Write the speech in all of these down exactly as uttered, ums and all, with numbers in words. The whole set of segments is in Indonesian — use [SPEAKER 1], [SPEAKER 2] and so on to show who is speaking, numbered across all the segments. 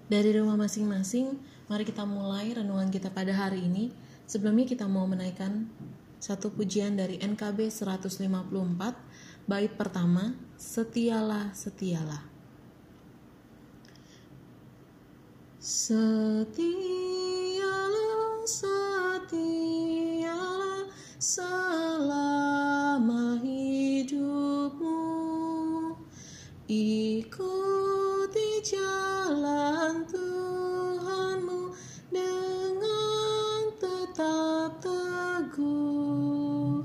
[SPEAKER 1] Dari rumah masing-masing, mari kita mulai renungan kita pada hari ini. Sebelumnya kita mau menaikkan satu pujian dari N K B seratus lima puluh empat, bait pertama, Setialah, Setialah. Setialah, setialah selama hidupmu, ikuti jalan Tuhanmu dengan tetap teguh,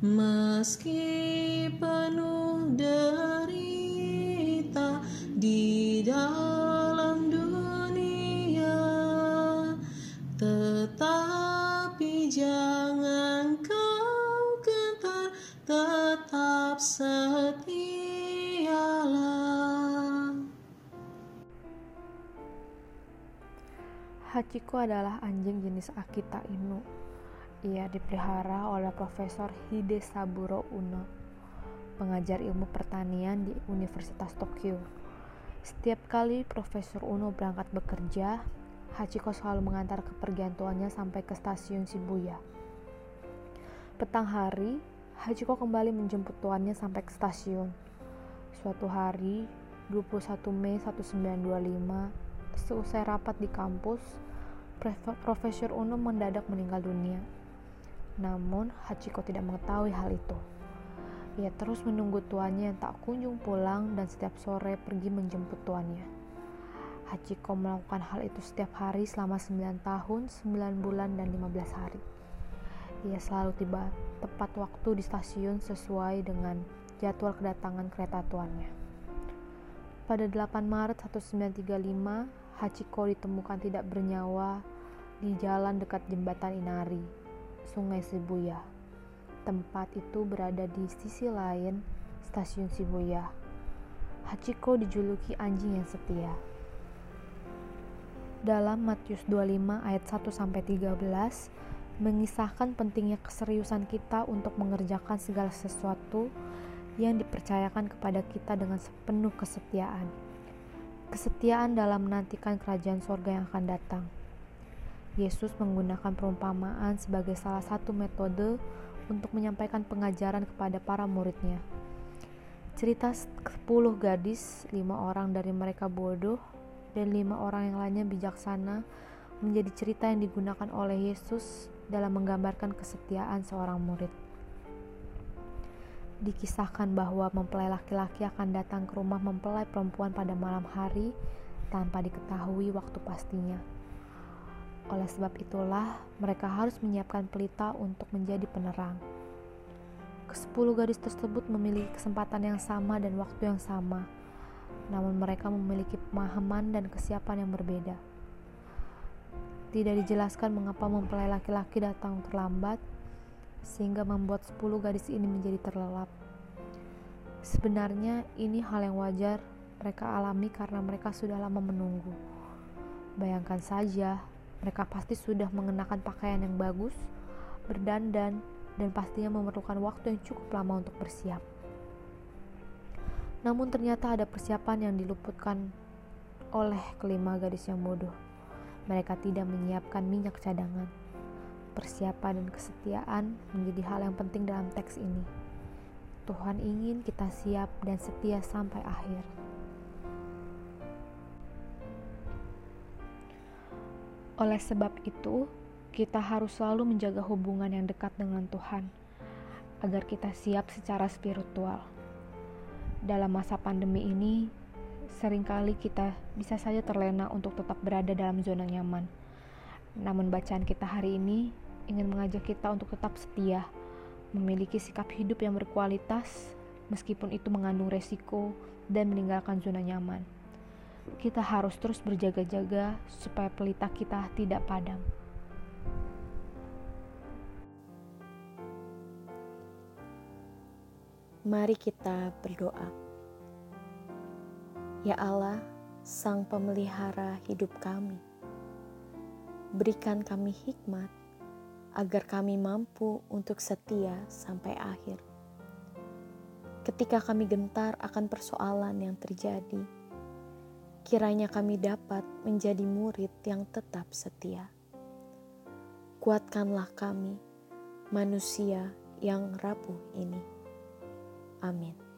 [SPEAKER 1] meski penuh derita di dalam dunia, tetapi jangan kau gentar, tetap setialah.
[SPEAKER 2] Hachiko adalah anjing jenis Akita Inu. Ia dipelihara oleh Profesor Hidesaburo Uno, pengajar ilmu pertanian di Universitas Tokyo. Setiap kali Profesor Uno berangkat bekerja, Hachiko selalu mengantar kepergian tuannya sampai ke stasiun Shibuya. Petang hari, Hachiko kembali menjemput tuannya sampai ke stasiun. Suatu hari, dua puluh satu Mei seribu sembilan ratus dua puluh lima, seusai rapat di kampus, Profesor Uno mendadak meninggal dunia. Namun, Hachiko tidak mengetahui hal itu. Ia terus menunggu tuannya yang tak kunjung pulang dan setiap sore pergi menjemput tuannya. Hachiko melakukan hal itu setiap hari selama sembilan tahun, sembilan bulan, dan lima belas hari. Ia selalu tiba tepat waktu di stasiun sesuai dengan jadwal kedatangan kereta tuannya. Pada delapan Maret seribu sembilan ratus tiga puluh lima, Hachiko ditemukan tidak bernyawa di jalan dekat jembatan Inari, Sungai Shibuya. Tempat itu berada di sisi lain stasiun Shibuya. Hachiko dijuluki anjing yang setia. Dalam Matius dua puluh lima ayat satu sampai tiga belas mengisahkan pentingnya keseriusan kita untuk mengerjakan segala sesuatu yang dipercayakan kepada kita dengan sepenuh kesetiaan. Kesetiaan dalam menantikan kerajaan sorga yang akan datang. Yesus menggunakan perumpamaan sebagai salah satu metode untuk menyampaikan pengajaran kepada para muridnya. Cerita sepuluh gadis, lima orang dari mereka bodoh dan lima orang yang lainnya bijaksana, menjadi cerita yang digunakan oleh Yesus dalam menggambarkan kesetiaan seorang murid. Dikisahkan bahwa mempelai laki-laki akan datang ke rumah mempelai perempuan pada malam hari tanpa diketahui waktu pastinya. Oleh sebab itulah mereka harus menyiapkan pelita untuk menjadi penerang. Kesepuluh gadis tersebut memiliki kesempatan yang sama dan waktu yang sama, namun mereka memiliki pemahaman dan kesiapan yang berbeda. Tidak dijelaskan mengapa mempelai laki-laki datang terlambat, sehingga membuat sepuluh gadis ini menjadi terlelap. Sebenarnya ini hal yang wajar mereka alami karena mereka sudah lama menunggu. Bayangkan saja, mereka pasti sudah mengenakan pakaian yang bagus, berdandan, dan pastinya memerlukan waktu yang cukup lama untuk bersiap. Namun ternyata ada persiapan yang diluputkan oleh kelima gadis yang bodoh. Mereka tidak menyiapkan minyak cadangan. Persiapan dan kesetiaan menjadi hal yang penting dalam teks ini. Tuhan ingin kita siap dan setia sampai akhir. Oleh sebab itu, kita harus selalu menjaga hubungan yang dekat dengan Tuhan, agar kita siap secara spiritual. Dalam masa pandemi ini, seringkali kita bisa saja terlena untuk tetap berada dalam zona nyaman. Namun bacaan kita hari ini ingin mengajak kita untuk tetap setia, memiliki sikap hidup yang berkualitas, meskipun itu mengandung resiko dan meninggalkan zona nyaman. Kita harus terus berjaga-jaga supaya pelita kita tidak padam.
[SPEAKER 3] Mari kita berdoa. Ya Allah, Sang Pemelihara hidup kami, berikan kami hikmat agar kami mampu untuk setia sampai akhir. Ketika kami gentar akan persoalan yang terjadi, kiranya kami dapat menjadi murid yang tetap setia. Kuatkanlah kami, manusia yang rapuh ini. Amin.